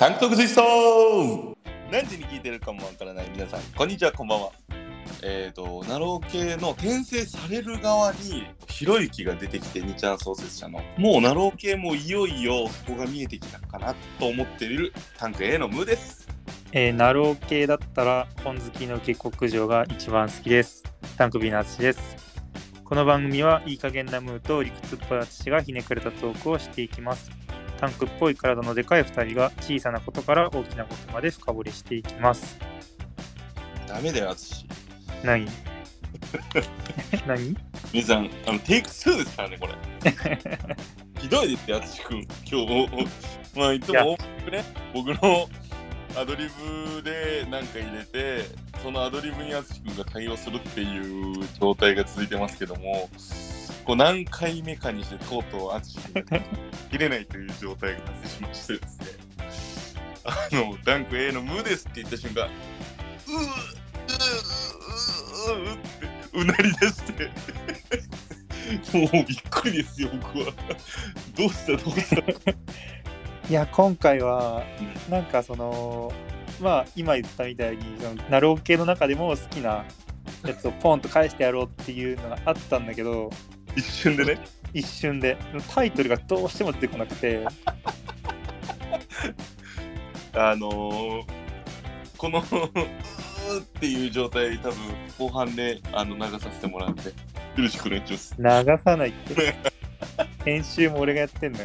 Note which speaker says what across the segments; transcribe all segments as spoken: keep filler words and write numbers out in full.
Speaker 1: タンクトーク水槽。何時に聞いてるかもわからない皆さん、こんにちは、こんばんは。えーと、ナロー系の転生される側にひろゆきが出てきて、にちゃん創設者のもうナロー系もいよいよそこが見えてきたかなと思っているタンク A のムーです。
Speaker 2: えー、ナロー系だったら本好きの下克上が一番好きです。タンク B のあつしです。この番組はいい加減なムーと理屈っぽいあつしがひねくれたトークをしていきます。タンクっぽい体のでかいふたりが小さなことから大きなことまで深掘りしていきます。
Speaker 1: ダメだよ、あつし。
Speaker 2: 何何
Speaker 1: 皆さん、あのテイクツーですからね、これ。ひどいですよ、あつしくん。今日、まあ、いつもね、僕のアドリブで何か入れて、そのアドリブにあつしくんが対応するっていう状態が続いてますけども、こう何回目かにしてとうとうあつしくんが切れないという状態が発生しましてですね、あのダンク A の無ですって言った瞬間、うーうーうーうーってうなり出してもうびっくりですよ、僕は。どうしたどうした
Speaker 2: いや、今回はなんかそのまあ今言ったみたいにナロー系の中でも好きなやつをポンと返してやろうっていうのがあったんだけど、
Speaker 1: 一瞬でね
Speaker 2: 一瞬でタイトルがどうしても出てこなくて
Speaker 1: あのー、このうーっていう状態多分後半であの流させてもらってよろしくお願いします。
Speaker 2: 流さないって編集も俺がやってんのよ。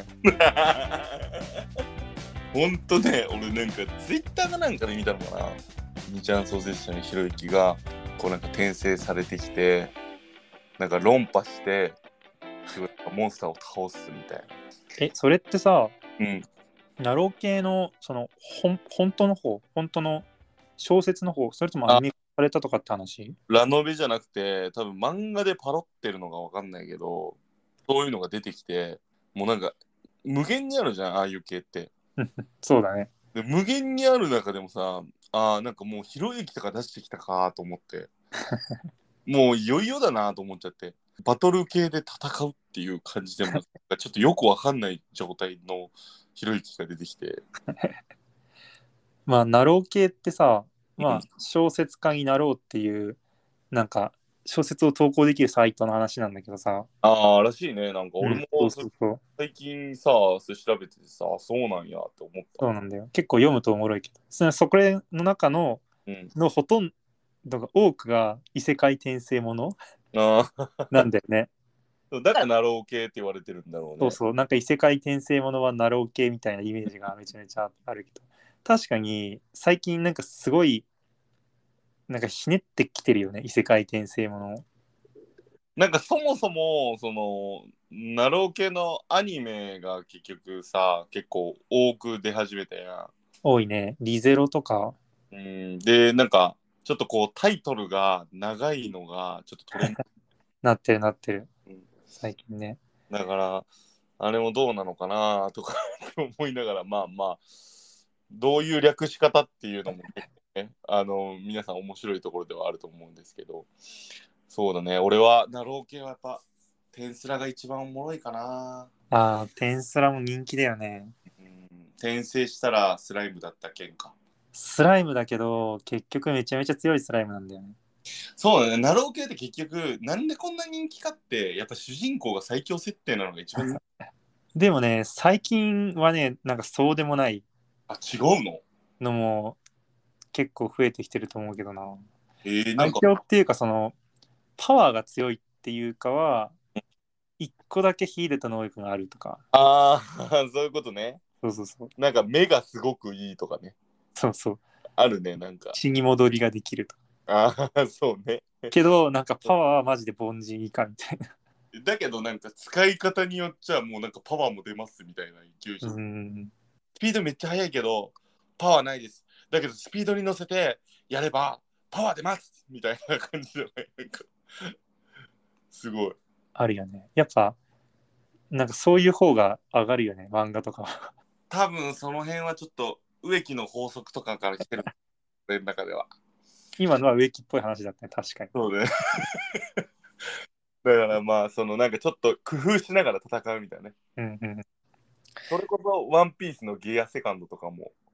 Speaker 1: ほんとね、俺なんかツイッターかなんかで見たのかな、にちゃん創設者のひろゆきがこうなんか転生されてきてなんか論破してモンスターを倒すみたいな。
Speaker 2: え、それってさ、
Speaker 1: うん、
Speaker 2: ナロー系のそのほ本当の方、本当の小説の方、それともアニメ化されたとかって話？
Speaker 1: ラノベじゃなくて多分漫画でパロってるのかわかんないけど、そういうのが出てきて、もうなんか無限にあるじゃん、ああいう系って。
Speaker 2: そうだね。
Speaker 1: で無限にある中でもさ、あーなんかもうひろゆきとか出してきたかと思ってもういよいよだなと思っちゃって、バトル系で戦うっていう感じでもちょっとよくわかんない状態のひろゆきが出てきて
Speaker 2: まあナロー系ってさ、まあ小説家になろうっていうなんか小説を投稿できるサイトの話なんだけどさ。
Speaker 1: ああらしいね。なんか俺も、
Speaker 2: うん、そうそうそう、
Speaker 1: 最近さそれ調べててさ、そうなんやって思った。
Speaker 2: そうなんだよ。結構読むとおもろいけど、そそこれの中の、
Speaker 1: うん、
Speaker 2: のほとんどが多くが異世界転生もの
Speaker 1: あ
Speaker 2: なんだよね。
Speaker 1: だからナロー系って言われてるんだろうね。
Speaker 2: そうそう、なんか異世界転生ものはナロー系みたいなイメージがめちゃめちゃあるけど、確かに最近なんかすごいなんかひねってきてるよね、異世界転生もの。
Speaker 1: なんかそもそもそのナロー系のアニメが結局さ結構多く出始めたや
Speaker 2: 多いね。リゼロとか。
Speaker 1: ん。うんでなんかちょっとこうタイトルが長いのがちょっとトレンド、
Speaker 2: なってるなってる。
Speaker 1: うん、
Speaker 2: 最近ね。
Speaker 1: だからあれもどうなのかなとか思いながら、まあまあどういう略し方っていうのも、ね、あの皆さん面白いところではあると思うんですけど、そうだね、俺はナロー系はやっぱテンスラが一番おもろいかな。
Speaker 2: ああ、テンスラも人気だよね。
Speaker 1: うん、転生したらスライムだった件か。
Speaker 2: スライムだけど結局めちゃめちゃ強いスライムなんだよね。
Speaker 1: そうだね、ナロー系って結局なんでこんな人気かってやっぱ主人公が最強設定なのが一番
Speaker 2: でもね、最近はね、なんかそうでもない
Speaker 1: あ、違うの？
Speaker 2: のも結構増えてきてると思うけどな。
Speaker 1: えー、なん
Speaker 2: 最
Speaker 1: か
Speaker 2: 強っていうか、そのパワーが強いっていうかは、一個だけ秀でた能力があるとか。
Speaker 1: ああそういうことね。
Speaker 2: そうそうそう。
Speaker 1: なんか目がすごくいいとかね。
Speaker 2: そうそう。
Speaker 1: あるね、なんか。
Speaker 2: 死に戻りができると。
Speaker 1: ああそうね。
Speaker 2: けど、なんかパワーはマジで凡人以下みたいな。
Speaker 1: だけどなんか使い方によっちゃもうなんかパワーも出ますみたいな勢いじゃん。
Speaker 2: うん。
Speaker 1: スピードめっちゃ速いけどパワーないです。だけどスピードに乗せてやればパワー出ますみたいな感じじゃない？なんかすごい。
Speaker 2: あるよね。やっぱ、なんかそういう方が上がるよね、漫画とかは。
Speaker 1: 多分その辺はちょっと植木の法則とかから来てる俺の中では。
Speaker 2: 今のは植木っぽい話だったね、確かに。
Speaker 1: そうね。だからまあそのなんかちょっと工夫しながら戦うみたいなね。
Speaker 2: うんうん。
Speaker 1: それこそワンピースのギアセカンドとかも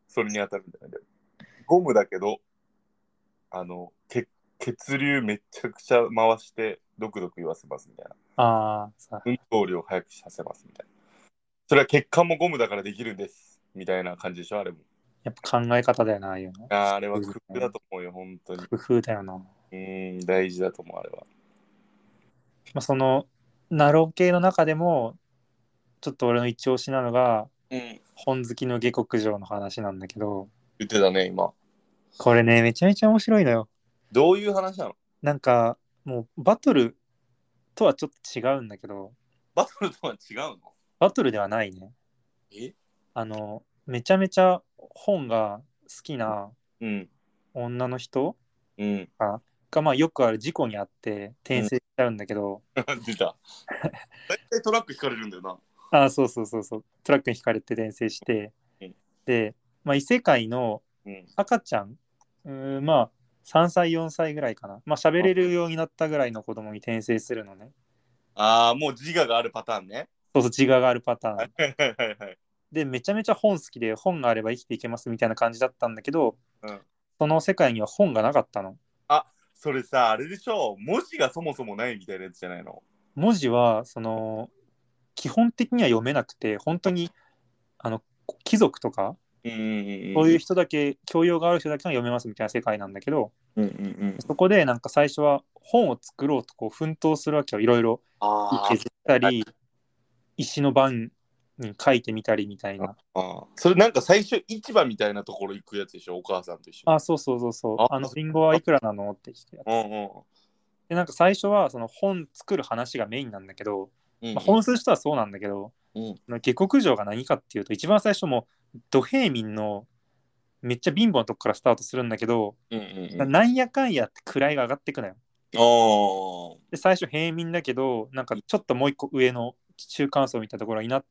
Speaker 1: それに当たるんだよね。ゴムだけど、あの、血血流めちゃくちゃ回して、ドクドク言わせますみたいな。
Speaker 2: ああ、さ、
Speaker 1: 運動量を速くさせますみたいな。それは血管もゴムだからできるんです。みたいな感じでしょ、あれも。
Speaker 2: やっぱ考え方だよな、ああいうの。
Speaker 1: あーあれは工夫だと思うよ、本当に。
Speaker 2: 工夫だよな。ま
Speaker 1: うーん、大事だと思う、あれは。
Speaker 2: あ、その、ナロー系の中でも、ちょっと俺の一押しなのが、
Speaker 1: うん。
Speaker 2: 本好きの下克上の話なんだけど、
Speaker 1: 言ってたね、今。
Speaker 2: これね、めちゃめちゃ面白いのよ。
Speaker 1: どういう話なの？
Speaker 2: なんか、もうバトルとはちょっと違うんだけど、
Speaker 1: バトルとは違うの？
Speaker 2: バトルではないね。
Speaker 1: え？
Speaker 2: あの、めちゃめちゃ本が好きな
Speaker 1: うん。
Speaker 2: 女の人
Speaker 1: うん。
Speaker 2: が、がまあ、よくある事故にあって転生しちゃうんだけど、
Speaker 1: 出た。大体トラック引かれるんだよな。
Speaker 2: ああ、そうそうそうそう、トラックにひかれて転生して、
Speaker 1: うん、
Speaker 2: で、まあ、異世界の
Speaker 1: うん。
Speaker 2: 赤ちゃん、うーんまあ、さんさい、よんさいぐらいかな。まあ、喋れるようになったぐらいの子供に転生するのね。
Speaker 1: ああ、もう自我があるパターンね。
Speaker 2: そうそう、自我があるパターン。
Speaker 1: はいはいはいはい。
Speaker 2: で、めちゃめちゃ本好きで、本があれば生きていけますみたいな感じだったんだけど、
Speaker 1: うん。
Speaker 2: その世界には本がなかったの。
Speaker 1: あ、それさ、あれでしょ。文字がそもそもないみたいなやつじゃないの？
Speaker 2: 文字は、その、基本的には読めなくて、本当に、あの、貴族とか、
Speaker 1: うんうんうん。
Speaker 2: そういう人だけ、教養がある人だけが読めますみたいな世界なんだけど、
Speaker 1: うんうんうん。
Speaker 2: そこでなんか最初は本を作ろうとこう奮闘するわけよ。いろいろ
Speaker 1: あ
Speaker 2: 削ったり、石の板に書いてみたりみたいな。
Speaker 1: ああ。それなんか最初市場みたいなところ行くやつでしょ、お母さんと一緒に。
Speaker 2: あ、そうそうそうそう。
Speaker 1: あ
Speaker 2: あの、リンゴはいくらなのって聞くやつ。
Speaker 1: うんうん。
Speaker 2: で、なんか最初はその本作る話がメインなんだけど、
Speaker 1: うんうん、
Speaker 2: まあ、本数とはそうなんだけど、
Speaker 1: うん、
Speaker 2: 下克上が何かっていうと、一番最初も土平民のめっちゃ貧乏なとこからスタートするんだけど、
Speaker 1: うんうんうん、
Speaker 2: なんやかんやって位が上がっていくのよ。
Speaker 1: あ
Speaker 2: で、最初平民だけど、なんかちょっともう一個上の中間層みたいなところになって、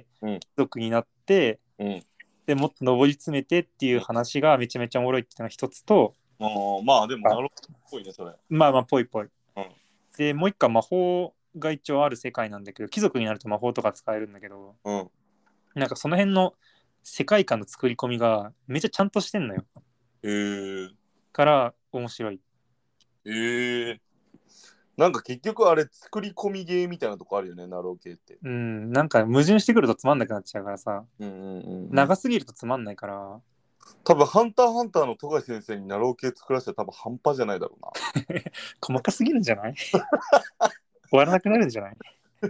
Speaker 1: うん、
Speaker 2: 貴族になって、
Speaker 1: うん、
Speaker 2: でもっと上り詰めてっていう話がめちゃめちゃおもろいっていうのが一つと、
Speaker 1: あまあでもなるほどっぽいね、それ。
Speaker 2: まあまあぽいぽい。
Speaker 1: うん、
Speaker 2: で、もう一個は魔法が一応ある世界なんだけど、貴族になると魔法とか使えるんだけど、
Speaker 1: うん。
Speaker 2: なんかその辺の世界観の作り込みがめっちゃちゃんとしてんのよ。
Speaker 1: へえー。
Speaker 2: から面白い。
Speaker 1: へえー。なんか結局あれ作り込みゲーみたいなとこあるよね、ナロー系って。
Speaker 2: うん、なんか矛盾してくるとつまんなくなっちゃうからさ、
Speaker 1: うんうんうん、うん。
Speaker 2: 長すぎるとつまんないから、
Speaker 1: 多分ハンターハンターの富樫先生にナロー系作らせたら多分半端じゃないだろうな。
Speaker 2: 細かすぎるんじゃない終わらなくなるんじゃない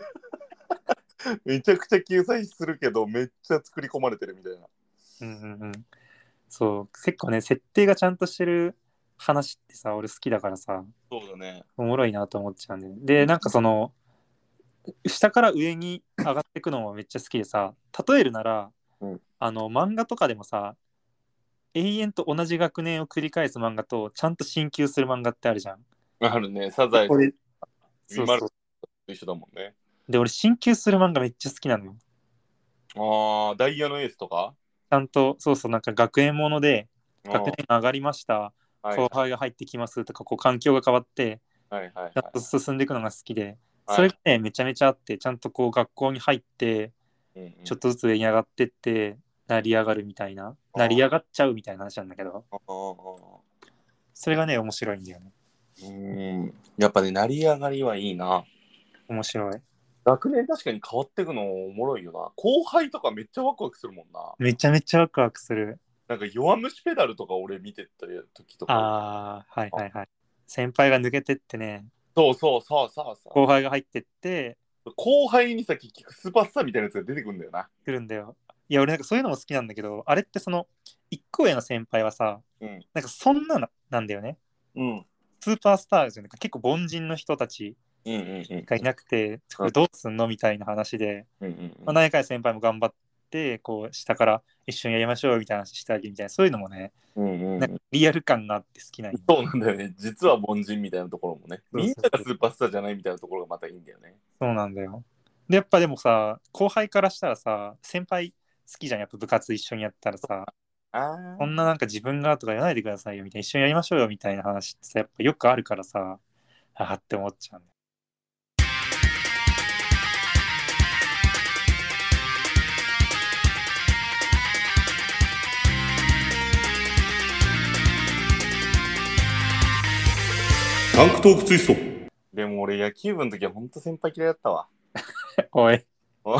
Speaker 1: めちゃくちゃ救済するけどめっちゃ作り込まれてるみたいな。
Speaker 2: うんうんうん。そう、結構ね、設定がちゃんとしてる話ってさ、俺好きだからさ、
Speaker 1: そうだね。
Speaker 2: おもろいなと思っちゃうんで、ね。で、なんかその、下から上に上がっていくのもめっちゃ好きでさ、例えるなら、
Speaker 1: うん、
Speaker 2: あの、漫画とかでもさ、永遠と同じ学年を繰り返す漫画と、ちゃんと進級する漫画ってあるじゃん。
Speaker 1: あるね、サザエさん。
Speaker 2: 俺、そうそう。
Speaker 1: と一緒だもんね。
Speaker 2: で、俺、進級する漫画めっちゃ好きなのよ。
Speaker 1: ああ、ダイヤのエースとか？
Speaker 2: ちゃんと、そうそう、なんか学園もので、学年が上がりました、後輩が入ってきますとか、こう環境が変わって、
Speaker 1: はいはいはい、
Speaker 2: ちゃんと進んでいくのが好きで、
Speaker 1: はい、
Speaker 2: それがね、めちゃめちゃあって、ちゃんとこう学校に入って、
Speaker 1: うんうん、
Speaker 2: ちょっとずつ上に上がってって、成り上がるみたいな、成り上がっちゃうみたいな話なんだけど、それがね、面白いんだよね。
Speaker 1: うん、やっぱね、成り上がりはいいな。
Speaker 2: 面白い。
Speaker 1: 学年確かに変わっていくのおもろいよな。後輩とかめっちゃワクワクするもんな。
Speaker 2: めちゃめちゃワクワクする。
Speaker 1: なんか弱虫ペダルとか俺見てた時とか。
Speaker 2: ああ、はいはいはい。先輩が抜けてってね、
Speaker 1: そうそうそうそうそう。
Speaker 2: 後輩が入ってって、
Speaker 1: 後輩にさ、結局スーパースターみたいなやつが出てくるんだよな。
Speaker 2: 来るんだよ。いや、俺なんかそういうのも好きなんだけど、あれってその、一個上の先輩はさ、
Speaker 1: うん、
Speaker 2: なんかそんなのなんだよね。
Speaker 1: うん。
Speaker 2: スーパースターじゃなくて結構凡人の人たちがいなくて、うんうんうん、これどうすんのみたいな話で、うんうんうん、まあ、何回先輩も頑張って、こう下から一緒にやりましょうみたいな話してあげるみたいな、そういうのもね、
Speaker 1: うんうんうん、
Speaker 2: なんかリアル感があって好きなん
Speaker 1: そうなんだよね。実は凡人みたいなところもね、みんながスーパースターじゃないみたいなところがまたいいんだよね。
Speaker 2: そうなんだよ。で、やっぱでもさ、後輩からしたらさ、先輩好きじゃん、やっぱ部活一緒にやったらさ、
Speaker 1: あ
Speaker 2: こんななんか自分がとか言わないでくださいよみたいな、一緒にやりましょうよみたいな話ってさ、やっぱよくあるからさ、あーって思っちゃうんだよ。
Speaker 1: タンクトークツイスト。でも俺野球部の時はほんと先輩嫌いだったわ。
Speaker 2: おい。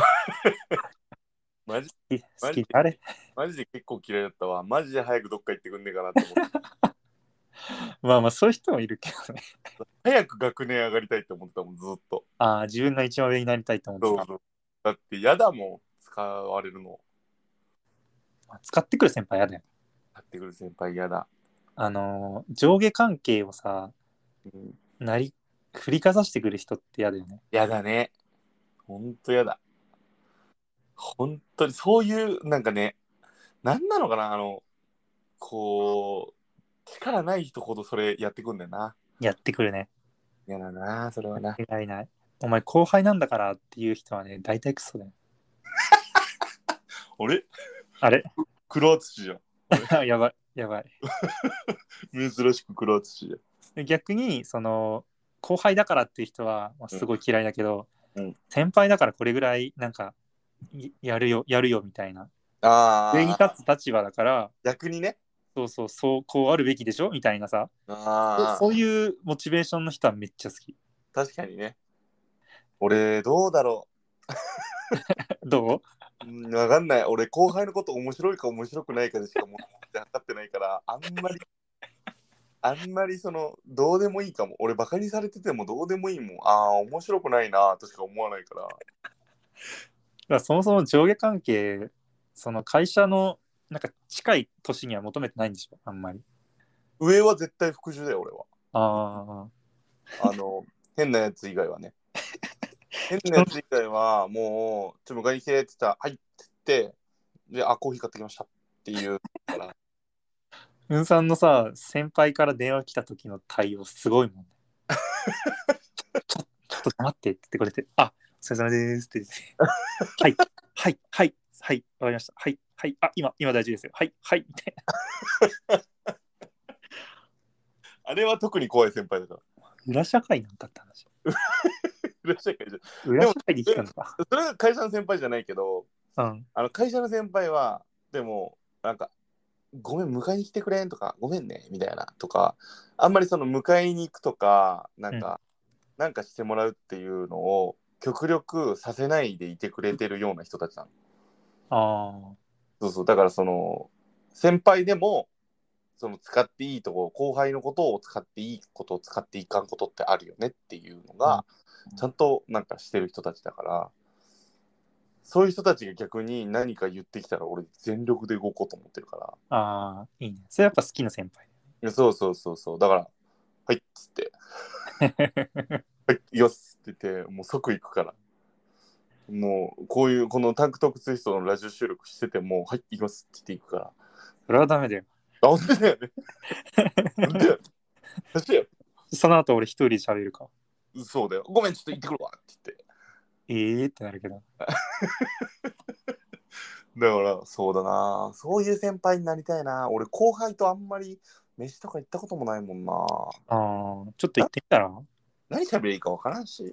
Speaker 1: マジ
Speaker 2: 好き好きあれ
Speaker 1: マジで結構嫌いだったわ。マジで早くどっか行ってくんねえかなと思って。
Speaker 2: まあまあそういう人もいるけどね。
Speaker 1: 早く学年上がりたいって思ってたもん、ずっと。
Speaker 2: ああ、自分が一番上になりたいと思ってた。
Speaker 1: そうそう。だって嫌だもん、使われるの。
Speaker 2: 使ってくる先輩嫌だよ。
Speaker 1: 使ってくる先輩嫌だ。
Speaker 2: あのー、上下関係をさ、
Speaker 1: うん、
Speaker 2: なり振りかざしてくる人って嫌だよね。
Speaker 1: 嫌だね。ほんと嫌だ。本当にそういうなんかね、なんなのかな、あのこう力ない人ほどそれやってくんだよな。
Speaker 2: やってくるね。
Speaker 1: 嫌だな、それはな。
Speaker 2: 間違いない。お前後輩なんだからっていう人はね、大体クソだよ。
Speaker 1: あれ
Speaker 2: あれ
Speaker 1: 黒淳じゃん。
Speaker 2: やばい、やばい。
Speaker 1: 珍しく黒淳じゃん。
Speaker 2: 逆に、その、後輩だからっていう人は、まあ、すごい嫌いだけど、
Speaker 1: うん、
Speaker 2: 先輩だからこれぐらい、なんか、やるよ、やるよみたいな。
Speaker 1: あ
Speaker 2: 上に立つ立場だから、
Speaker 1: 逆にね。
Speaker 2: そうそう、そうこうあるべきでしょみたいなさ。
Speaker 1: あ
Speaker 2: そういうモチベーションの人はめっちゃ好き。
Speaker 1: 確かにね。俺どうだろ
Speaker 2: うどう
Speaker 1: うん、わかんない。俺後輩のこと面白いか面白くないかでしかもう測ってないから、あんまりあんまりそのどうでもいいかも。俺バカにされててもどうでもいいもん。ああ面白くないなとしか思わないから。
Speaker 2: だからそもそも上下関係、その会社のなんか近い年には求めてないんでしょ、あんまり。
Speaker 1: 上は絶対服従だよ俺は。
Speaker 2: あ
Speaker 1: ああの変なやつ以外はね。変なやつ以外はもうちょっと迎えに来てって言ったらはいって言ってであコーヒー買ってきましたっていうから。
Speaker 2: うんさんのさ、先輩から電話来た時の対応すごいもんね。ちょちょっと待ってって言ってくれて、あ、お疲れ様ですって言って、はい、はい、はい、はい、わかりました。はい、はい、あ、今、今大丈夫ですよ。はい、はい、みたいな。
Speaker 1: あれは特に怖い先輩だから。
Speaker 2: 裏社会なんだって話。
Speaker 1: 裏社会じゃ
Speaker 2: 裏社会で生きたんだ。
Speaker 1: それは会社の先輩じゃないけど、
Speaker 2: うん、
Speaker 1: あの会社の先輩はでもなんかごめん迎えに来てくれんとかごめんねみたいなとか、あんまりその迎えに行くとかなんか、うん、なんかしてもらうっていうのを極力させないでいてくれてるような人たちなの。
Speaker 2: ああ。
Speaker 1: そうそう、だからその先輩でもその使っていいとこ、後輩のことを使っていいことを使っていかんことってあるよねっていうのが、うん、ちゃんとなんかしてる人たちだから、そういう人たちが逆に何か言ってきたら俺全力で動こうと思ってるから。
Speaker 2: ああ、いいね。それやっぱ好きな先輩。
Speaker 1: いやそうそうそうそう。だから、はいっつって、はい、よっすって言って、もう即行くから。もうこういうこのタンクトークツイストのラジオ収録してても、はい、行きますって言って行くから。
Speaker 2: それはダメだよ。
Speaker 1: あ、本当だよね。本当だよ。確かよ。
Speaker 2: その後俺一人で喋るか。
Speaker 1: そうだよ。ごめん、ちょっと行ってくるわって言って。
Speaker 2: ええー、ってなるけど。
Speaker 1: だからそうだな、そういう先輩になりたいな。俺後輩とあんまり飯とか行ったこともないもんな。
Speaker 2: ああ、ちょっと行ってみたら？
Speaker 1: 何喋りいいか分からんし。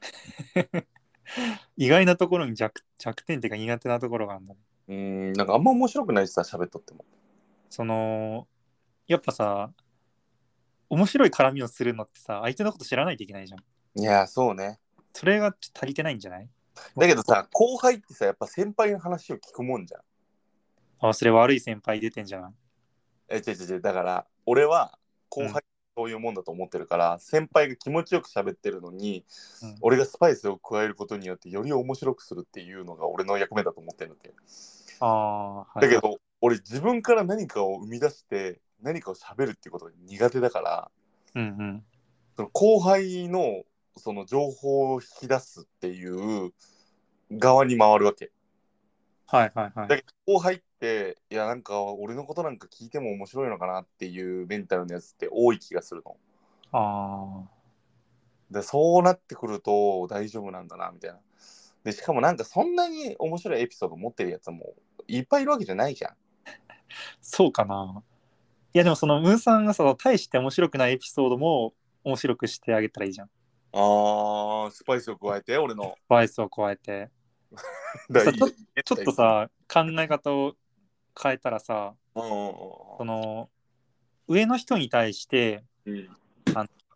Speaker 2: 意外なところに 弱, 弱点っていうか苦手なところがあるんだね。
Speaker 1: うーん、なんかあんま面白くないしさ、喋っとっても。
Speaker 2: そのやっぱさ、面白い絡みをするのってさ、相手のこと知らないといけないじゃん。
Speaker 1: いや、そうね。
Speaker 2: それがちょっと足りてないんじゃない？
Speaker 1: だけどさ、後輩ってさ、やっぱ先輩の話を聞くもんじゃん。
Speaker 2: あ、それ悪い先輩出てんじゃん。
Speaker 1: え、違う違う違う。だから、俺は後輩そういうもんだと思ってるから、うん、先輩が気持ちよく喋ってるのに、うん、俺がスパイスを加えることによってより面白くするっていうのが俺の役目だと思ってるんだけど。
Speaker 2: あ、はい、
Speaker 1: だけど、俺自分から何かを生み出して何かを喋るっていうことが苦手だから、
Speaker 2: うんうん、
Speaker 1: その後輩のその情報を引き出すっていう側に回るわけ。
Speaker 2: はいはいはい。
Speaker 1: だけど後輩っていやなんか俺のことなんか聞いても面白いのかなっていうメンタルのやつって多い気がするの。
Speaker 2: ああ。
Speaker 1: でそうなってくると大丈夫なんだなみたいな。でしかもなんかそんなに面白いエピソード持ってるやつもいっぱいいるわけじゃないじゃん。
Speaker 2: そうかな。いやでもそのムーさんがさ、大して面白くないエピソードも面白くしてあげたらいいじゃん。
Speaker 1: あー、スパイスを加えて俺の
Speaker 2: スパイスを加えてさちょ、ちょっとさ考え方を変えたらさ、その上の人に対して、
Speaker 1: うん、
Speaker 2: あの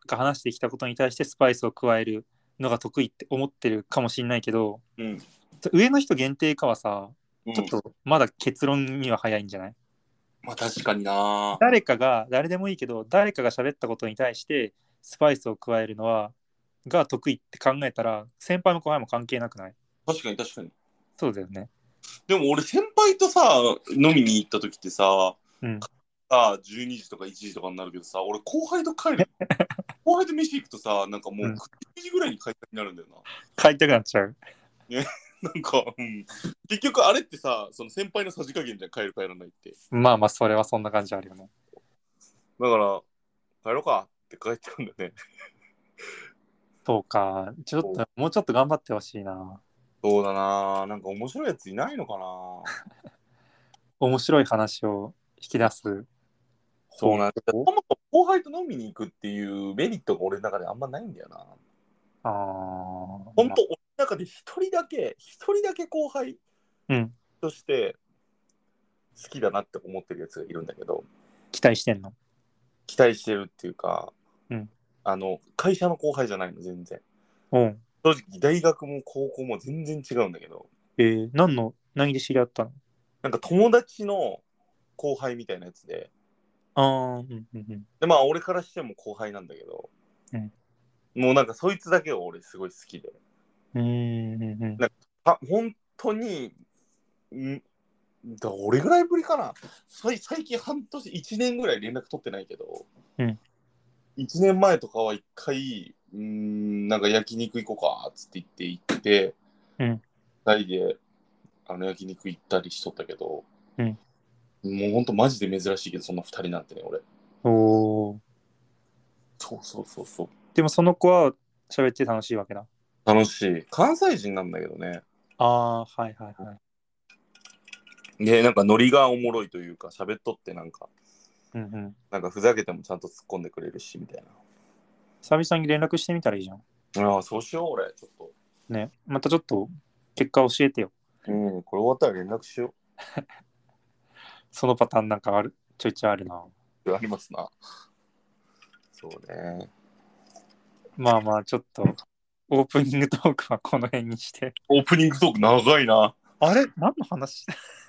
Speaker 2: が話してきたことに対してスパイスを加えるのが得意って思ってるかもしれないけど、
Speaker 1: うん。
Speaker 2: 上の人限定かはさ、
Speaker 1: うん、
Speaker 2: ちょっとまだ結論には早いんじゃない？
Speaker 1: まあ確かにな。
Speaker 2: 誰かが、誰でもいいけど、誰かが喋ったことに対してスパイスを加えるのは、が得意って考えたら、先輩も後輩も関係なくない？
Speaker 1: 確かに確かに。
Speaker 2: そうだよね。
Speaker 1: でも俺先輩とさ、飲みに行った時ってさ、
Speaker 2: うん。
Speaker 1: さ、じゅうにじとかいちじとかになるけどさ、俺後輩と帰る。後輩と飯行くとさ、なんかもう
Speaker 2: うん
Speaker 1: くじぐらいに帰りたくなるんだよな。
Speaker 2: 帰りたくなっちゃう。
Speaker 1: ね、なんか、うん、結局あれってさ、その先輩のさじ加減じゃん、帰る帰らないって。
Speaker 2: まあまあ、それはそんな感じあるよね。
Speaker 1: だから、帰ろうかって帰っちゃうんだね。
Speaker 2: そうか。ちょっと、もうちょっと頑張ってほしいな。
Speaker 1: そうだな、なんか面白いやついないのかな。
Speaker 2: 面白い話を引き出す方
Speaker 1: そうなんだ。そもそも後輩と飲みに行くっていうメリットが俺の中であんまないんだよな。
Speaker 2: ああ。
Speaker 1: 本当、俺の中で一人だけ、一人だけ後輩
Speaker 2: うん。
Speaker 1: として好きだなって思ってるやつがいるんだけど、
Speaker 2: 期待してんの？
Speaker 1: 期待してるっていうか、
Speaker 2: うん。
Speaker 1: あの、会社の後輩じゃないの、全然。
Speaker 2: うん。
Speaker 1: 正直、大学も高校も全然違うんだけど、
Speaker 2: えー、何の、何で知り合ったの？
Speaker 1: なんか友達の後輩みたいなやつで、
Speaker 2: ああ、うんうんうん。
Speaker 1: で、まあ、俺からしても後輩なんだけど、
Speaker 2: うん、
Speaker 1: もうなんかそいつだけは俺すごい好きで、
Speaker 2: うーんうんうん。
Speaker 1: なんかあ本当に、んだ俺ぐらいぶりかな、最最近半年、いちねんぐらい連絡取ってないけど、
Speaker 2: うん、
Speaker 1: いちねんまえとかは一回、うーん、なんか焼肉行こうかっつって言って行って、
Speaker 2: うん、
Speaker 1: ふたりであの焼肉行ったりしとったけど、
Speaker 2: うん。
Speaker 1: もうほんとマジで珍しいけど、そんなふたりなんてね、俺。
Speaker 2: おー。
Speaker 1: そうそうそうそう。
Speaker 2: でもその子は喋って楽しいわけだ。
Speaker 1: 楽しい。関西人なんだけどね。
Speaker 2: ああ、はいはいはい。
Speaker 1: で、なんかノリがおもろいというか、喋っとってなんか、
Speaker 2: うんうん。
Speaker 1: なんかふざけてもちゃんと突っ込んでくれるし、みたい
Speaker 2: 久々に連絡してみたらいいじゃん。
Speaker 1: な。ああ、そうしよう、俺、ちょっと。
Speaker 2: ね。またちょっと結果教えてよ。
Speaker 1: うん、これ終わったら連絡しよ
Speaker 2: そのパターンなんかある、ちょいちょいあるな。
Speaker 1: う。ありますな。そうね。
Speaker 2: まあまあ、ちょっとオープニングトークはこの辺にして。
Speaker 1: オープニングトーク長いな。
Speaker 2: あれ何の話？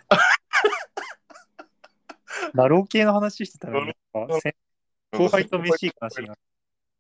Speaker 2: ナロー系の話してたのに、後輩と飯行く話になる。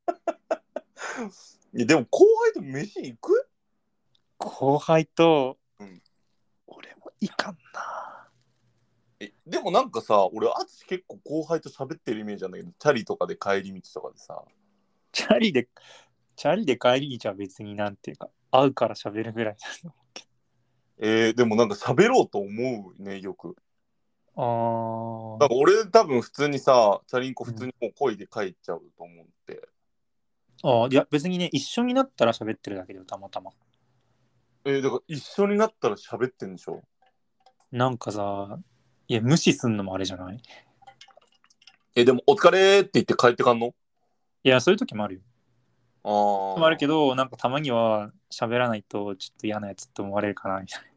Speaker 1: いやでも後輩と飯行く？
Speaker 2: 後輩と、
Speaker 1: うん、
Speaker 2: 俺もいかんな。
Speaker 1: えでもなんかさ、俺、あつし結構後輩と喋ってるイメージなんだけど、チャリとかで帰り道とかでさ。
Speaker 2: チャリで、チャリで帰り道は別になんていうか、会うから喋るぐらいなの。
Speaker 1: えー、でもなんか喋ろうと思うね、よく。
Speaker 2: あー。
Speaker 1: なんか俺多分普通にさ、チャリンコ普通にもう恋で帰っちゃうと思って。
Speaker 2: あー、いや別にね、一緒になったら喋ってるだけでたまたま。
Speaker 1: えー、だから一緒になったら喋ってんでしょ？
Speaker 2: なんかさ、いや無視すんのもあれじゃない？
Speaker 1: えー、でもお疲れって言って帰ってかんの？
Speaker 2: いや、そういう時もあるよ。
Speaker 1: あ
Speaker 2: もあるけ
Speaker 1: ー。
Speaker 2: ど、なんかたまには喋らないとちょっと嫌なやつって思われるかなみたい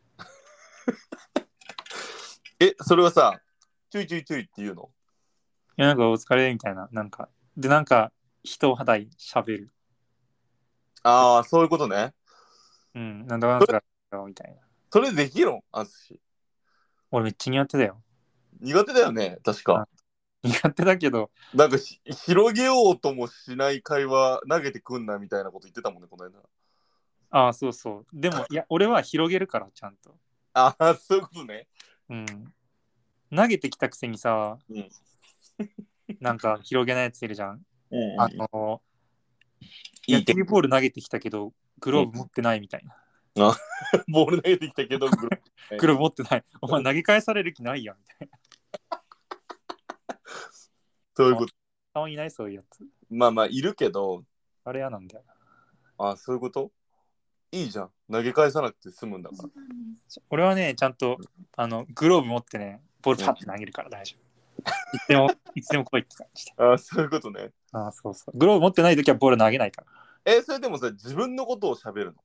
Speaker 1: え、それはさ、ちょいちょいちょいって言うの？
Speaker 2: な。いや、なんかお疲れみたいな。なんか、で、なんか人肌喋る。
Speaker 1: ああ、そういうことね。
Speaker 2: うん、なんだかなんだかみたいな。
Speaker 1: それできるんあつし。
Speaker 2: 俺めっちゃ苦手だよ。
Speaker 1: 苦手だよね、確か。
Speaker 2: 苦手だけど、
Speaker 1: なんかし広げようともしない会話投げてくんなみたいなこと言ってたもんね、この間。
Speaker 2: ああ、そうそう。でも、いや、俺は広げるから、ちゃんと。
Speaker 1: ああ、そういうことね。
Speaker 2: うん。投げてきたくせにさ、
Speaker 1: うん。
Speaker 2: なんか広げないやついるじゃん。
Speaker 1: うん、
Speaker 2: あの、
Speaker 1: いい手。
Speaker 2: 野球ボール投げてきたけど、グローブ持ってないみたいな。
Speaker 1: あボール投げてきたけど、グロ
Speaker 2: グローブ持ってない。お前投げ返される気ないやん、みたいな。
Speaker 1: そういうこと。
Speaker 2: たまにいないそういうやつ。
Speaker 1: まあまあ、いるけど、
Speaker 2: あれ嫌なんだよ。
Speaker 1: あそういうこといいじゃん。投げ返さなくて済むんだから。
Speaker 2: 俺はね、ちゃんとあのグローブ持ってね、ボールパッて投げるから大丈夫。いつでも、いつでも来いって感じで。
Speaker 1: あそういうことね。
Speaker 2: ああ、そうそう。グローブ持ってないときはボール投げないから。
Speaker 1: え、それでもさ、自分のことを喋る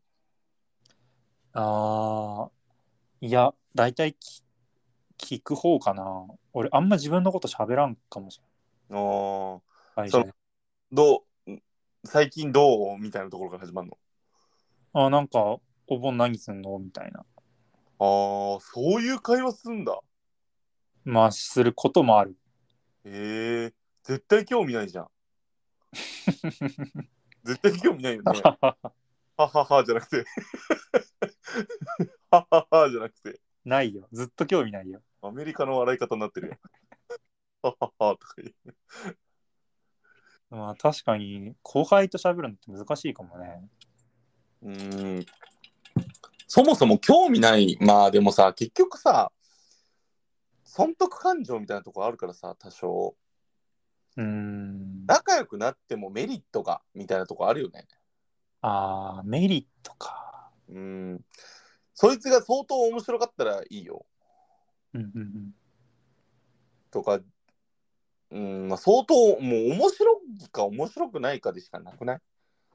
Speaker 2: ああ、いや、大体き聞く方かな。俺、あんま自分のこと喋らんかもし
Speaker 1: の？ああ、
Speaker 2: れない。会
Speaker 1: その、
Speaker 2: 社で。
Speaker 1: どう、 最近どうみたいなところから始まるの？
Speaker 2: あ、なんか、お盆何すんのみたいな。
Speaker 1: ああ、そういう会話すんだ。
Speaker 2: まあ、することもある。
Speaker 1: ええー、絶対興味ないじゃん。絶対興味ないよね。はははじゃなくて。はははじゃなくて。
Speaker 2: ないよ。ずっと興味ないよ。
Speaker 1: アメリカの笑い方になってるよ。はははとか言う。
Speaker 2: まあ、確かに、後輩と喋るのって難しいかもね。
Speaker 1: うーん。そもそも興味ない。まあでもさ、結局さ、損得感情みたいなとこあるからさ、多少。
Speaker 2: うーん。
Speaker 1: 仲良くなってもメリットが、みたいなとこあるよね。
Speaker 2: ああ、メリットか。
Speaker 1: うーん。そいつが相当面白かったらいいよ。
Speaker 2: うんうんうん。
Speaker 1: とか、うん、まあ相当、もう面白いか面白くないかでしかなくない？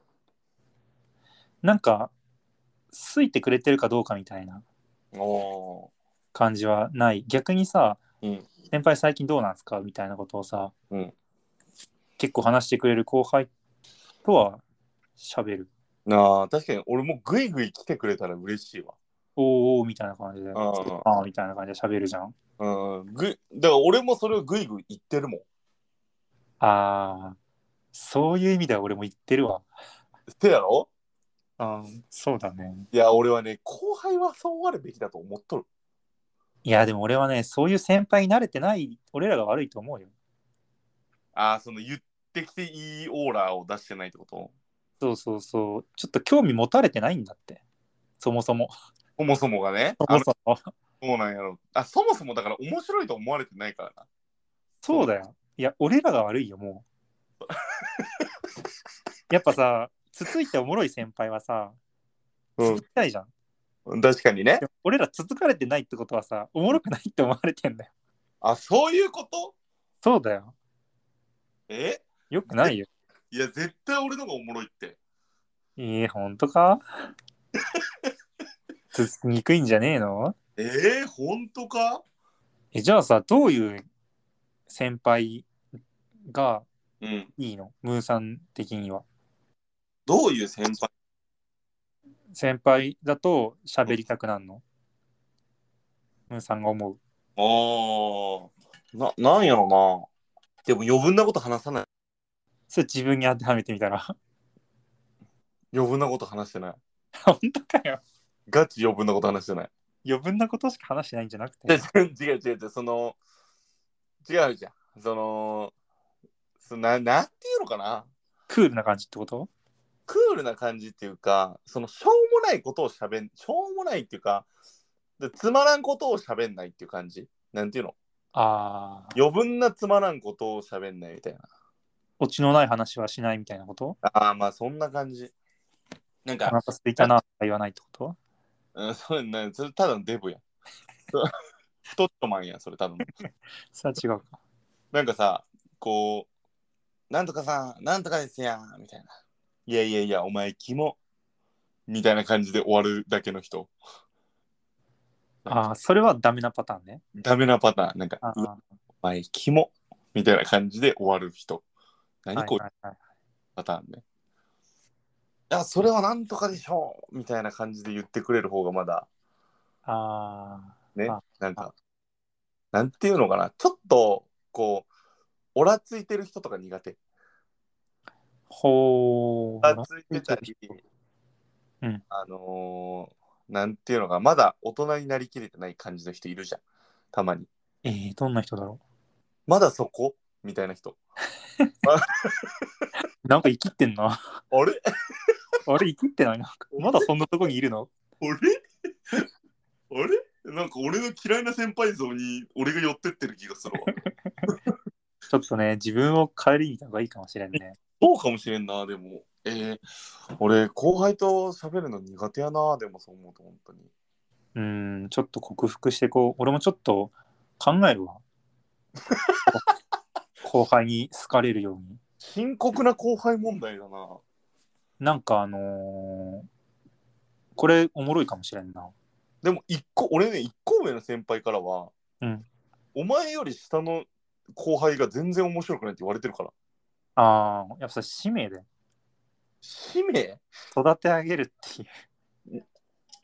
Speaker 2: なんか、好いてくれてるかどうかみたいな
Speaker 1: おー。
Speaker 2: 感じはない。逆にさ、
Speaker 1: うん。
Speaker 2: 先輩最近どうなんすかみたいなことをさ、
Speaker 1: うん。
Speaker 2: 結構話してくれる後輩とは喋る。
Speaker 1: なあ、確かに俺もグイグイ来てくれたら嬉しいわ。
Speaker 2: おーおーみたいな感じで、
Speaker 1: あ
Speaker 2: ああみたいな感じで喋るじゃん。
Speaker 1: あ、うん。ぐ、だから俺もそれをグイグイ言ってるもん。
Speaker 2: ああ、そういう意味では俺も言ってるわ。
Speaker 1: せやろ？
Speaker 2: ああ、そうだね。
Speaker 1: いや、俺はね、後輩はそうあるべきだと思っとる。
Speaker 2: いや、でも俺はね、そういう先輩に慣れてない俺らが悪いと思うよ。
Speaker 1: ああ、その言ってきていいオーラを出してないってこと？
Speaker 2: そうそうそう。ちょっと興味持たれてないんだって。そもそも。
Speaker 1: そもそもがね。
Speaker 2: そ
Speaker 1: あの、
Speaker 2: もそも。
Speaker 1: そうなんやろ。あ、そもそもだから面白いと思われてないからな。その、
Speaker 2: そうだよ。いや、俺らが悪いよ、もう。やっぱさ、つついておもろい先輩はさ、
Speaker 1: う
Speaker 2: 続きたいじゃん。
Speaker 1: ん。確かにね。
Speaker 2: でも俺ら続かれてないってことはさ、おもろくないって思われてんだよ。
Speaker 1: あ、そういうこと？
Speaker 2: そうだよ。
Speaker 1: え
Speaker 2: よくないよ。
Speaker 1: いや、絶対俺のがおもろいって。
Speaker 2: えー、ほんとか？つつきにくいんじゃねえの？
Speaker 1: えー、本当か？
Speaker 2: え、じゃあさ、どういう先輩が
Speaker 1: うん。
Speaker 2: いいのムーさん的には。
Speaker 1: どういう先輩？
Speaker 2: 先輩だと喋りたくなるのムーさんが思う。
Speaker 1: ああ、な、なんやろな。でも余分なこと話さない。
Speaker 2: それ自分に当てはめてみたら。
Speaker 1: 余分なこと話してない。
Speaker 2: 本当かよ。
Speaker 1: ガチ余分なこと話してない。
Speaker 2: 余分なことしか話してないんじゃなくて。
Speaker 1: 違う違う違う、その、違うじゃん。その、そな、なんていうのかな。
Speaker 2: クールな感じってこと？
Speaker 1: クールな感じっていうか、その、しょうもないことをしゃべん、しょうもないっていうか、でつまらんことをしゃべんないっていう感じ。なんていうの？
Speaker 2: ああ、
Speaker 1: 余分なつまらんことをしゃべんないみたいな。
Speaker 2: オチのない話はしないみたいなこと？
Speaker 1: ああ、まあそんな感じ。なんか、
Speaker 2: お腹すいたなとか言わないってこと？
Speaker 1: うん、それなそれただのデブやん。太っとマンやん、それ多分。
Speaker 2: さあ違うか。
Speaker 1: なんかさ、こう、なんとかさん、なんとかですやん、みたいな。いやいやいや、お前、キモ。みたいな感じで終わるだけの人。
Speaker 2: ああ、それはダメなパターンね。
Speaker 1: ダメなパターン。なんか、
Speaker 2: あ
Speaker 1: うわ
Speaker 2: あ、
Speaker 1: お前、キモ。みたいな感じで終わる人。何こういう
Speaker 2: はいはいはい。
Speaker 1: パターンね。いや、それはなんとかでしょう。みたいな感じで言ってくれる方がまだ、
Speaker 2: あ
Speaker 1: ね、
Speaker 2: あ、
Speaker 1: なんか、なんていうのかな。ちょっと、こう、オラついてる人とか苦手。
Speaker 2: ほーら。
Speaker 1: オラついてたり、
Speaker 2: うん。
Speaker 1: あのー、なんていうのか、まだ大人になりきれてない感じの人いるじゃん。たまに。
Speaker 2: えー、どんな人だろ
Speaker 1: まだそこみたいな人。
Speaker 2: う。なんか生きってんな。
Speaker 1: あれ
Speaker 2: あれ生きってないな。まだそんなとこにいるの？
Speaker 1: あれあれなんか俺の嫌いな先輩像に俺が寄ってってる気がするわ。
Speaker 2: ちょっとね、自分を顧みた方がいいかもしれんね。
Speaker 1: そうかもしれんな、でも。えー、俺、後輩と喋るの苦手やな、でもそう思うと、本当に。
Speaker 2: うーん、ちょっと克服してこう。俺もちょっと考えるわ。後輩に好かれるように。
Speaker 1: 深刻な後輩問題だな。
Speaker 2: なんかあのーこれおもろいかもしれんな。
Speaker 1: でも、一個、俺ね、一個上の先輩からは、
Speaker 2: うん。
Speaker 1: お前より下の後輩が全然面白くないって言われてるから。
Speaker 2: ああ、やっぱさ、使命で。
Speaker 1: 使命
Speaker 2: 育て上げるっていう。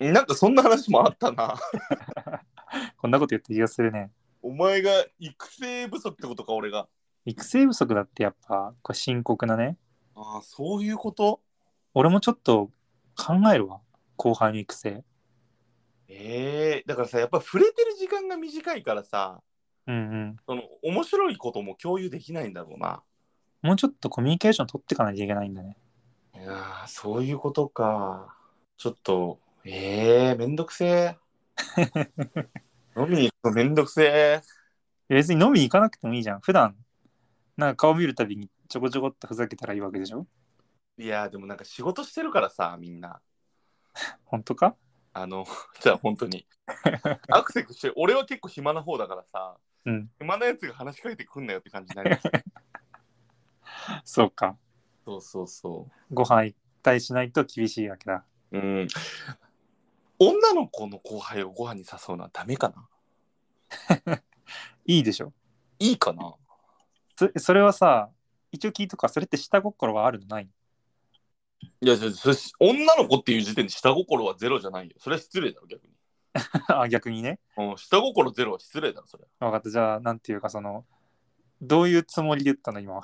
Speaker 1: なんかそんな話もあったな。
Speaker 2: こんなこと言った気がするね。
Speaker 1: お前が育成不足ってことか、俺が。
Speaker 2: 育成不足だってやっぱ、これ深刻なね。
Speaker 1: ああ、そういうこと？
Speaker 2: 俺もちょっと考えるわ。後輩の育成。
Speaker 1: ええー、だからさ、やっぱ触れてる時間が短いからさ、
Speaker 2: うんうん。
Speaker 1: その面白いことも共有できないんだろうな。
Speaker 2: もうちょっとコミュニケーション取っていかないといけないんだね。
Speaker 1: いやー、そういうことか。ちょっと、ええー、めんどくせえ。飲みに行くのめんどくせえ。
Speaker 2: 別に飲みに行かなくてもいいじゃん。普段、なんか顔見るたびにちょこちょこっとふざけたらいいわけでしょ。
Speaker 1: いやー、でもなんか仕事してるからさ、みんな。
Speaker 2: 本当か？
Speaker 1: あの、じゃあ本当に。アクセスして、俺は結構暇な方だからさ、
Speaker 2: うん。
Speaker 1: 暇なやつが話しかけてくんなよって感じになります。
Speaker 2: そうか。
Speaker 1: そうそうそ
Speaker 2: ご飯行ったりしないと厳しいわけだ。
Speaker 1: う。うん。女の子の後輩をご飯に誘うのはダメかな？
Speaker 2: いいでしょ。
Speaker 1: いいかな？
Speaker 2: そそれはさ、一応聞いとくか、それって下心はあるのない？
Speaker 1: いや、じゃあそれ女の子っていう時点で下心はゼロじゃないよ。それは失礼だろ、逆に。
Speaker 2: あ、逆にね。
Speaker 1: うん、下心ゼロは失礼だろ、それ。
Speaker 2: 分かった。じゃあ、なんていうか、その、どういうつもりで言ったの、今は。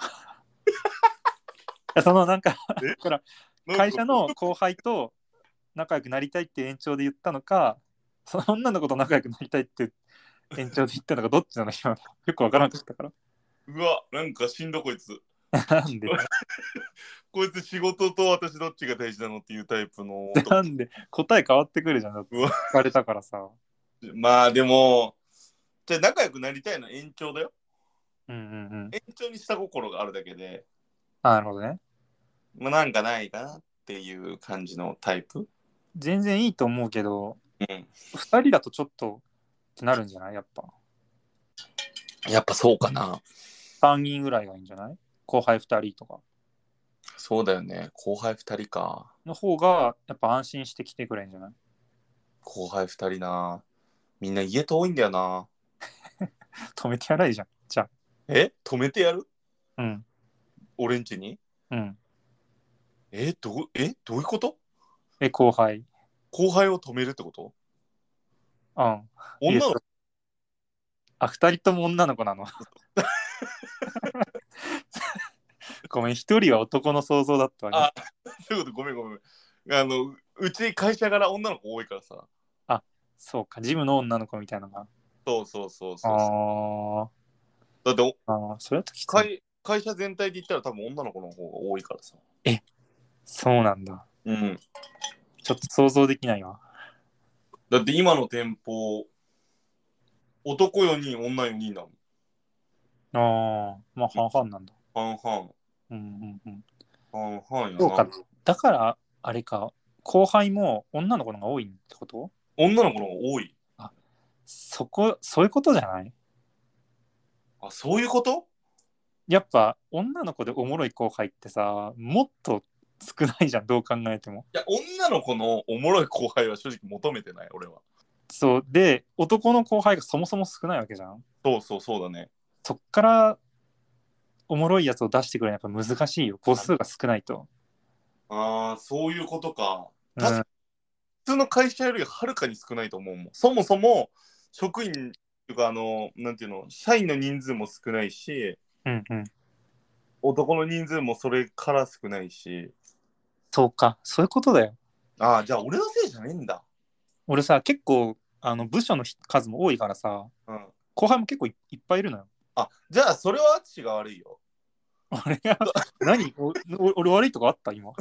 Speaker 2: その、なんか
Speaker 1: え
Speaker 2: ほら、
Speaker 1: なんか
Speaker 2: 会社の後輩と仲良くなりたいっていう延長で言ったのか、その女の子と仲良くなりたいって延長で言ったのか、どっちなの今。よくわからなかったから。
Speaker 1: うわ、なんかしんどこいつ。
Speaker 2: なんで
Speaker 1: こいつ仕事と私どっちが大事なのっていうタイプの男。
Speaker 2: なんで答え変わってくるじゃん。だって
Speaker 1: うわ、
Speaker 2: 聞かれたからさ。
Speaker 1: まあでも、じゃあ仲良くなりたいの延長だよ。
Speaker 2: うんうんうん。
Speaker 1: 延長に下心があるだけで、
Speaker 2: あ、なるほどね。
Speaker 1: まあ、なんかないかなっていう感じのタイプ。
Speaker 2: 全然いいと思うけど、
Speaker 1: うん。
Speaker 2: ふたりだとちょっとってなるんじゃないやっぱ。
Speaker 1: やっぱそうかな。
Speaker 2: さんにんぐらいがいいんじゃない？後輩ふたりとか。
Speaker 1: そうだよね。後輩ふたりか。
Speaker 2: の方が、やっぱ安心して来てくれるんじゃない？
Speaker 1: 後輩ふたりな。みんな家遠いんだよな。
Speaker 2: 止めてやらいじゃん。じゃ
Speaker 1: え止めてやる？
Speaker 2: あ。うん。
Speaker 1: 俺んちに？
Speaker 2: うん。
Speaker 1: えどう、えどういうこと？
Speaker 2: え、後輩。
Speaker 1: 後輩を止めるってこと？
Speaker 2: うん。いいです
Speaker 1: 女の子？
Speaker 2: あ、ふたりとも女の子なの。ごめん、ひとりは男の想像だったわね。
Speaker 1: あ、そういうこと、ごめんごめん。あの、うち会社柄女の子多いからさ。
Speaker 2: あ、そうか。ジムの女の子みたいなのが。
Speaker 1: そうそうそうそうそう。
Speaker 2: あ
Speaker 1: だってお
Speaker 2: ーあー、それだときつい。
Speaker 1: 会、会社全体で言ったら多分女の子の方が多いからさ。
Speaker 2: え、そうなんだ。
Speaker 1: うん。
Speaker 2: ちょっと想像できないわ。
Speaker 1: だって今の店舗、男よにん、女よにんだもん。
Speaker 2: ああ、まあ半々なんだ。
Speaker 1: 半々。
Speaker 2: うんうんうん。
Speaker 1: 半々や
Speaker 2: そうか。
Speaker 1: な。
Speaker 2: だから、あれか。後輩も女の子の方が多いってこと？
Speaker 1: 女の子の方が多い。
Speaker 2: あ、そこ、そういうことじゃない？
Speaker 1: あ、そういうこと？
Speaker 2: やっぱ女の子でおもろい後輩ってさ、もっと少ないじゃん、どう考えても。
Speaker 1: いや、女の子のおもろい後輩は正直求めてない、俺は。
Speaker 2: そうで、男の後輩がそもそも少ないわけじゃん。
Speaker 1: そうそうそうだね。
Speaker 2: そっからおもろいやつを出してくれるのはやっぱ難しいよ。母数が少ないと。
Speaker 1: ああ、そういうことか。
Speaker 2: うん、
Speaker 1: 確かに普通の会社よりはるかに少ないと思うもん。そもそも職員っていうか、あの、なんていうの、社員の人数も少ないし、
Speaker 2: うんうん。
Speaker 1: 男の人数もそれから少ないし。
Speaker 2: そうか、そういうことだよ。
Speaker 1: ああ、じゃあ俺のせいじゃねえんだ。
Speaker 2: 俺さ、結構あの部署の数も多いからさ、
Speaker 1: うん。
Speaker 2: 後輩も結構 い, いっぱいいるのよ。
Speaker 1: あ、じゃあそれは淳が悪いよ。
Speaker 2: 俺が、何おお俺悪いとこあった今。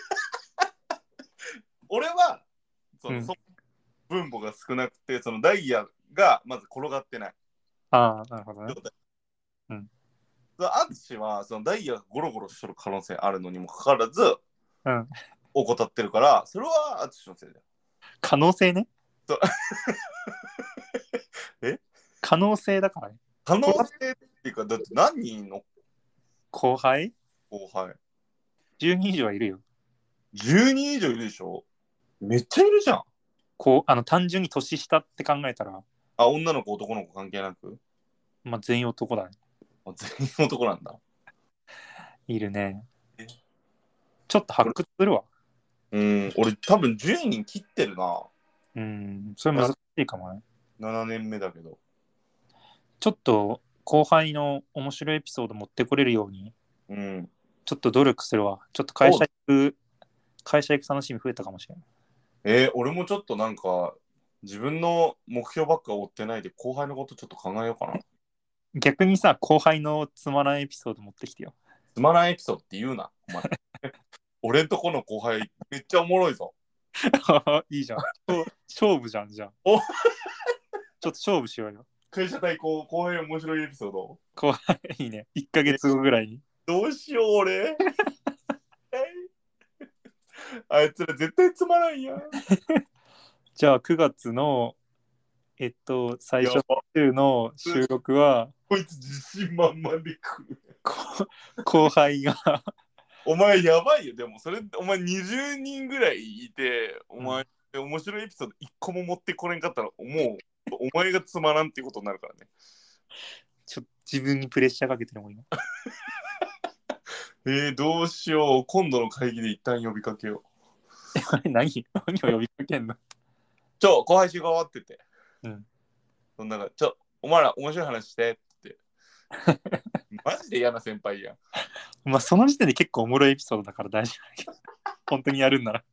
Speaker 1: 俺は、その、
Speaker 2: うん、
Speaker 1: そ分母が少なくて、そのダイヤがまず転がってない。
Speaker 2: ああ、なるほどね。うん。
Speaker 1: 淳はそのダイヤがゴロゴロしとる可能性あるのにもかかわらず、
Speaker 2: うん。
Speaker 1: 怠ってるから、それは淳のせいだよ。
Speaker 2: 可能性ね。
Speaker 1: そうえ
Speaker 2: 可能性だからね。
Speaker 1: 可能性っていうか、だって何人いんの
Speaker 2: 後輩
Speaker 1: 後輩。
Speaker 2: じゅう 人以上はいるよ。
Speaker 1: じゅうにん以上いるでしょ？めっちゃいるじゃん。
Speaker 2: こう、あの、単純に年下って考えたら、
Speaker 1: あ、女の子、男の子関係なく。
Speaker 2: まあ、全員男だね。
Speaker 1: あ全員男なんだ。
Speaker 2: いるね。
Speaker 1: え
Speaker 2: ちちょっと発掘するわ。
Speaker 1: うん、俺多分じゅうにん切ってるな。
Speaker 2: うん、それ難しいかもね。
Speaker 1: ななねんめだけど。
Speaker 2: ちょっと後輩の面白いエピソード持ってこれるように、
Speaker 1: うん。
Speaker 2: ちょっと努力するわ。ちょっと会社行く、会社行く楽しみ増えたかもしれない。
Speaker 1: えー、俺もちょっとなんか、自分の目標ばっか追ってないで、後輩のことちょっと考えようかな。
Speaker 2: 逆にさ、後輩のつまらんエピソード持ってきてよ。
Speaker 1: つまらんエピソードって言うな、お前。俺んとこの後輩、めっちゃおもろいぞ。
Speaker 2: いいじゃん。勝負じゃん、じゃん。
Speaker 1: お
Speaker 2: ちょっと勝負しようよ。
Speaker 1: 会社対抗、後輩面白いエピソード。
Speaker 2: 後輩、いいね。いっかげつごぐらいに。
Speaker 1: どうしよう、俺。あいつら絶対つまらんやん。
Speaker 2: じゃあくがつの、えっと、最初の週の収録は、
Speaker 1: こいつ自信満々で来る。
Speaker 2: 後輩が
Speaker 1: お前やばいよ。でもそれお前にじゅうにんぐらいいて、お前、うん、面白いエピソードいっこも持ってこれんかったらもうお前がつまらんっていうことになるからね。
Speaker 2: ちょ自分にプレッシャーかけてるもん今。
Speaker 1: えー、どうしよう。今度の会議で一旦呼びかけよ
Speaker 2: う。何何を呼びかけんの？
Speaker 1: ちょ後輩仕が終わってて。
Speaker 2: うん。
Speaker 1: そんなちょお前ら面白い話してって。マジで嫌な先輩やん。
Speaker 2: まあその時点で結構おもろいエピソードだから大丈夫だけど。本当にやるんなら。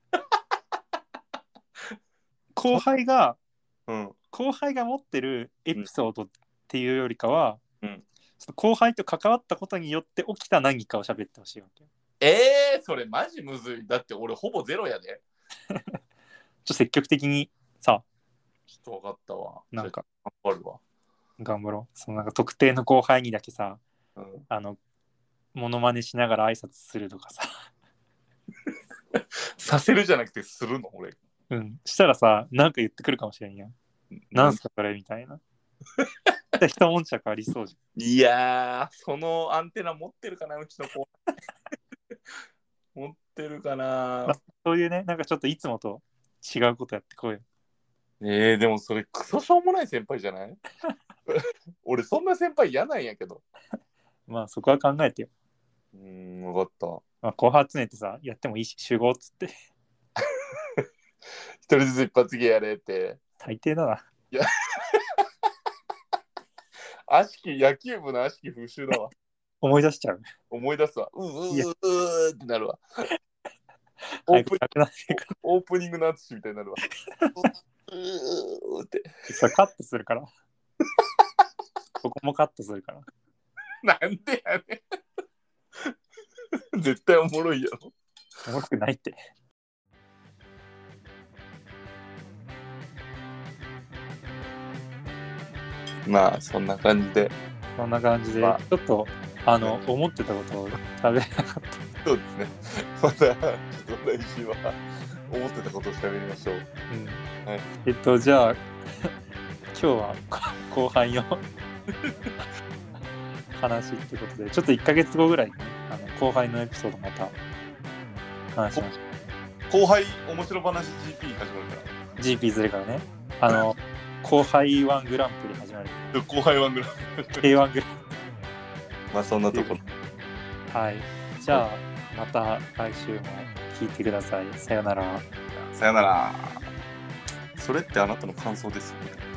Speaker 2: 後輩が、うん、後輩が持ってるエピソードっていうよりかは、うん、その後輩と関わったことによって起きた何かを喋ってほしいわけ。
Speaker 1: えー、それマジむずい。だって俺ほぼゼロやで。
Speaker 2: ちょっと積極的にさ。
Speaker 1: ちょっと分かったわ。
Speaker 2: なんか
Speaker 1: 頑張るわ。
Speaker 2: 頑張ろう。そのなんか特定の後輩にだけさ、うん、あのモノマネしながら挨拶するとかさ。
Speaker 1: させるじゃなくてするの俺。
Speaker 2: うん。したらさ、なんか言ってくるかもしれんやん。なんすかそれみたいな。一悶着ありそうじ
Speaker 1: ゃん。いやー、そのアンテナ持ってるかな、うちの子。持ってるかな、まあ、
Speaker 2: そういうね、なんかちょっといつもと違うことやってこいよ。
Speaker 1: えー、でもそれクソしょうもない先輩じゃない？俺そんな先輩嫌なんやけど。
Speaker 2: まあそこは考えてよ。
Speaker 1: うーん、分かった。
Speaker 2: まあ、後輩集めてさ、やってもいいし、集合っつって。
Speaker 1: 一人ずつ一発芸やれって。
Speaker 2: 大抵だな。
Speaker 1: いや悪しき、野球部の悪しき風習だわ。
Speaker 2: 思い出しちゃう。
Speaker 1: 思い出すわ。うーうーうーってなるわ。オープオープニングの淳みたいになるわ。うーって。
Speaker 2: それカットするから。ここもカットするから。
Speaker 1: なんでやねん。絶対おもろいやろ。
Speaker 2: おもろくないって。
Speaker 1: まあそんな感じで。
Speaker 2: そんな感じで、まあ、ちょっとあの、ね、思ってたことを喋れなかった。
Speaker 1: そうですね。またちょっと来週は思ってたことを喋りましょう。
Speaker 2: うん、はい。えっとじゃあ今日は後輩の話ってことで、ちょっといっかげつごぐらいに、ね、あの後輩のエピソードまた話しましょ
Speaker 1: う。後輩面白話 ジーピー 始まるから。
Speaker 2: ジーピー ずれからね。あの後輩ワングランプリ始まる。
Speaker 1: 後輩ワングランプリ。
Speaker 2: エーワン グランプリ。
Speaker 1: まあそんなところ。
Speaker 2: はい。じゃあまた来週も聞いてください。さよなら。
Speaker 1: さよなら。それってあなたの感想ですよね。